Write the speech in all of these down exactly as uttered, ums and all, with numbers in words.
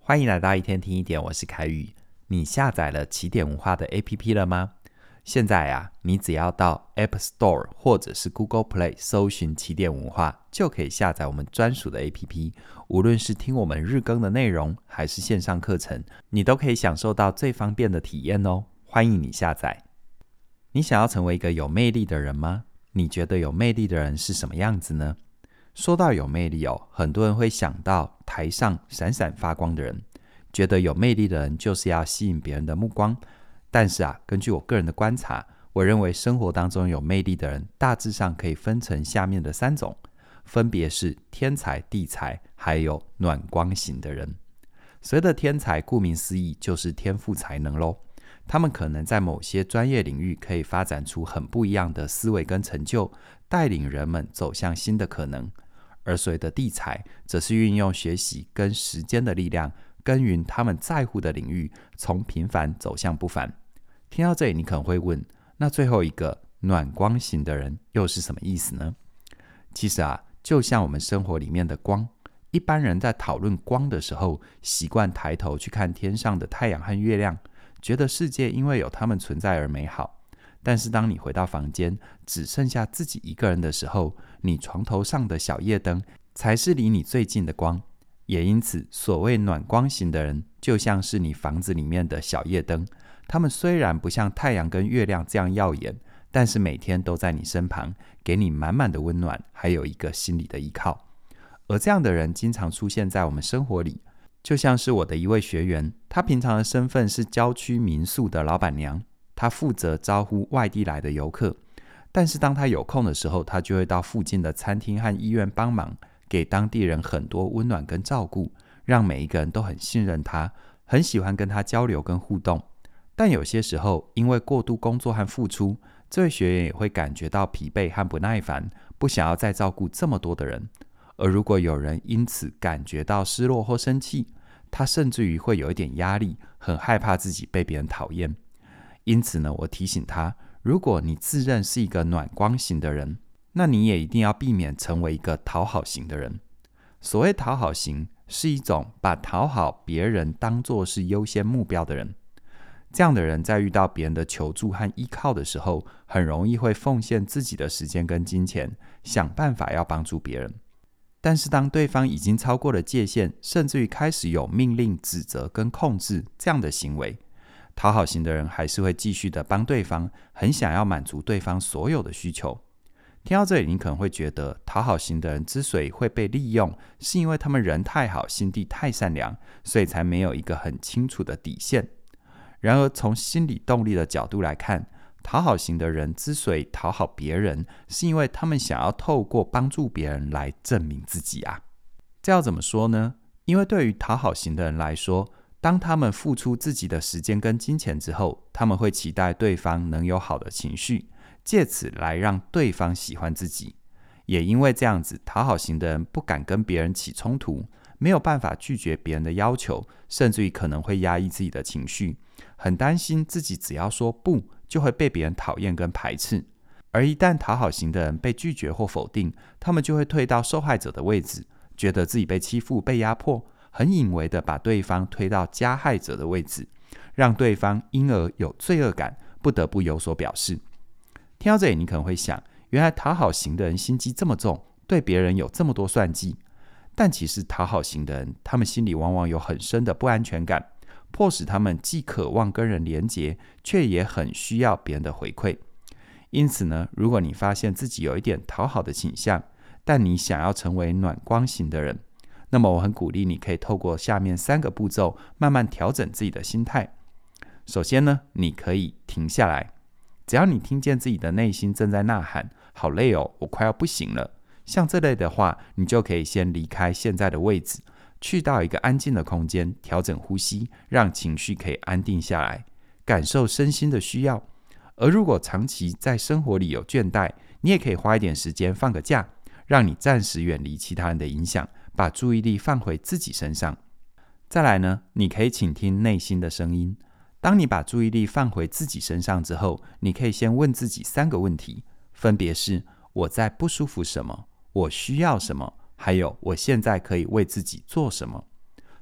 欢迎来到一天听一点，我是凯宇。你下载了起点文化的 A P P 了吗？现在啊，你只要到 App Store 或者是 Google Play 搜寻起点文化，就可以下载我们专属的 A P P。无论是听我们日更的内容，还是线上课程，你都可以享受到最方便的体验哦。欢迎你下载。你想要成为一个有魅力的人吗？你觉得有魅力的人是什么样子呢？说到有魅力哦，很多人会想到台上闪闪发光的人，觉得有魅力的人就是要吸引别人的目光。但是啊，根据我个人的观察，我认为生活当中有魅力的人大致上可以分成下面的三种，分别是天才、地才，还有暖光型的人。所谓的天才，顾名思义就是天赋才能咯。他们可能在某些专业领域可以发展出很不一样的思维跟成就，带领人们走向新的可能。而所谓的地才，则是运用学习跟时间的力量，耕耘他们在乎的领域，从平凡走向不凡。听到这里，你可能会问，那最后一个暖光型的人又是什么意思呢？其实啊，就像我们生活里面的光，一般人在讨论光的时候，习惯抬头去看天上的太阳和月亮，觉得世界因为有它们存在而美好。但是当你回到房间，只剩下自己一个人的时候，你床头上的小夜灯才是离你最近的光。也因此，所谓暖光型的人，就像是你房子里面的小夜灯，他们虽然不像太阳跟月亮这样耀眼，但是每天都在你身旁，给你满满的温暖，还有一个心理的依靠。而这样的人经常出现在我们生活里，就像是我的一位学员，他平常的身份是郊区民宿的老板娘，他负责招呼外地来的游客，但是当他有空的时候，他就会到附近的餐厅和医院帮忙，给当地人很多温暖跟照顾，让每一个人都很信任他，很喜欢跟他交流跟互动。但有些时候，因为过度工作和付出，这位学员也会感觉到疲惫和不耐烦，不想要再照顾这么多的人。而如果有人因此感觉到失落或生气，他甚至于会有一点压力，很害怕自己被别人讨厌。因此呢，我提醒他，如果你自认是一个暖光型的人，那你也一定要避免成为一个讨好型的人。所谓讨好型，是一种把讨好别人当作是优先目标的人。这样的人在遇到别人的求助和依靠的时候，很容易会奉献自己的时间跟金钱，想办法要帮助别人。但是当对方已经超过了界限，甚至于开始有命令、指责跟控制这样的行为，讨好型的人还是会继续的帮对方，很想要满足对方所有的需求。听到这里，你可能会觉得讨好型的人之所以会被利用，是因为他们人太好，心地太善良，所以才没有一个很清楚的底线。然而从心理动力的角度来看，讨好型的人之所以讨好别人，是因为他们想要透过帮助别人来证明自己啊。这要怎么说呢？因为对于讨好型的人来说，当他们付出自己的时间跟金钱之后，他们会期待对方能有好的情绪，借此来让对方喜欢自己。也因为这样子，讨好型的人不敢跟别人起冲突，没有办法拒绝别人的要求，甚至于可能会压抑自己的情绪，很担心自己只要说不，就会被别人讨厌跟排斥。而一旦讨好型的人被拒绝或否定，他们就会退到受害者的位置，觉得自己被欺负、被压迫，很隐微的把对方推到加害者的位置，让对方因而有罪恶感，不得不有所表示。听到这里，你可能会想，原来讨好型的人心机这么重，对别人有这么多算计。但其实讨好型的人，他们心里往往有很深的不安全感，迫使他们既渴望跟人连结，却也很需要别人的回馈。因此呢，如果你发现自己有一点讨好的倾向，但你想要成为暖光型的人，那么我很鼓励你可以透过下面三个步骤，慢慢调整自己的心态。首先呢，你可以停下来，只要你听见自己的内心正在呐喊，好累哦，我快要不行了，像这类的话，你就可以先离开现在的位置，去到一个安静的空间，调整呼吸，让情绪可以安定下来，感受身心的需要。而如果长期在生活里有倦怠，你也可以花一点时间放个假，让你暂时远离其他人的影响，把注意力放回自己身上。再来呢，你可以倾听内心的声音。当你把注意力放回自己身上之后，你可以先问自己三个问题，分别是：我在不舒服什么？我需要什么？还有我现在可以为自己做什么？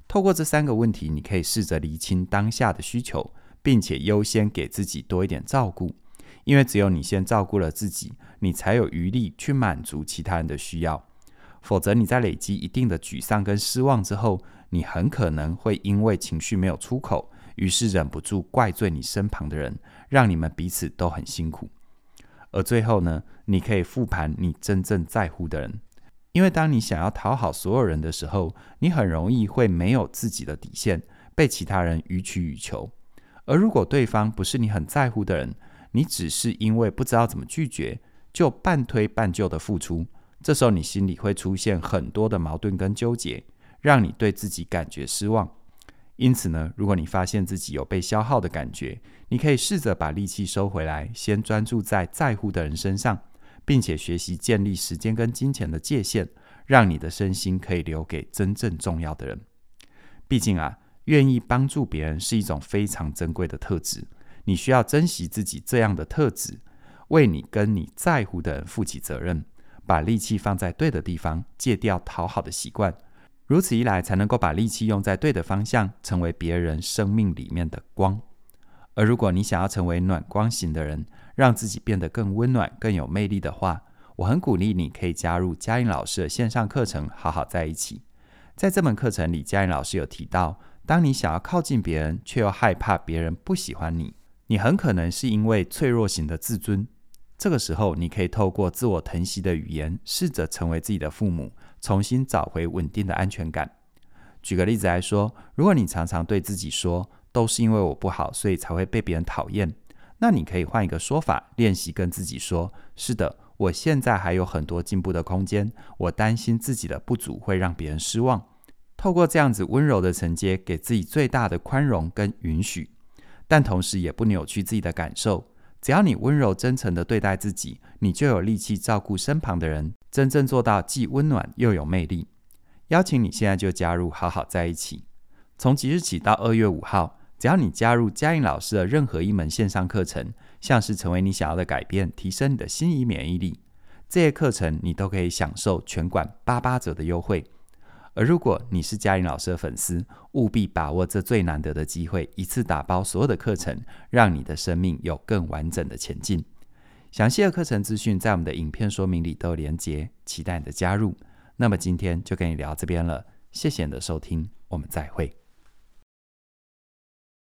透过这三个问题，你可以试着厘清当下的需求，并且优先给自己多一点照顾，因为只有你先照顾了自己，你才有余力去满足其他人的需要。否则你在累积一定的沮丧跟失望之后，你很可能会因为情绪没有出口，于是忍不住怪罪你身旁的人，让你们彼此都很辛苦。而最后呢，你可以复盘你真正在乎的人，因为当你想要讨好所有人的时候，你很容易会没有自己的底线，被其他人予取予求。而如果对方不是你很在乎的人，你只是因为不知道怎么拒绝，就半推半就的付出，这时候你心里会出现很多的矛盾跟纠结，让你对自己感觉失望。因此呢，如果你发现自己有被消耗的感觉，你可以试着把力气收回来，先专注在在乎的人身上，并且学习建立时间跟金钱的界限，让你的身心可以留给真正重要的人。毕竟啊，愿意帮助别人是一种非常珍贵的特质，你需要珍惜自己这样的特质，为你跟你在乎的人负起责任，把力气放在对的地方，戒掉讨好的习惯，如此一来才能够把力气用在对的方向，成为别人生命里面的光。而如果你想要成为暖光型的人，让自己变得更温暖更有魅力的话，我很鼓励你可以加入嘉玲老师的线上课程好好在一起。在这门课程里，嘉玲老师有提到，当你想要靠近别人，却又害怕别人不喜欢你，你很可能是因为脆弱型的自尊。这个时候，你可以透过自我疼惜的语言，试着成为自己的父母，重新找回稳定的安全感。举个例子来说，如果你常常对自己说，都是因为我不好，所以才会被别人讨厌，那你可以换一个说法，练习跟自己说，是的，我现在还有很多进步的空间，我担心自己的不足会让别人失望。透过这样子温柔的承接，给自己最大的宽容跟允许，但同时也不扭曲自己的感受。只要你温柔真诚的对待自己，你就有力气照顾身旁的人，真正做到既温暖又有魅力。邀请你现在就加入好好在一起。从即日起到二月五号，只要你加入嘉玲老师的任何一门线上课程，像是成为你想要的改变，提升你的心理免疫力，这些课程你都可以享受全馆八八折的优惠。而如果你是嘉玲老师的粉丝，务必把握这最难得的机会，一次打包所有的课程，让你的生命有更完整的前进。详细的课程资讯在我们的影片说明里都有连结，期待你的加入。那么今天就跟你聊这边了，谢谢你的收听，我们再会。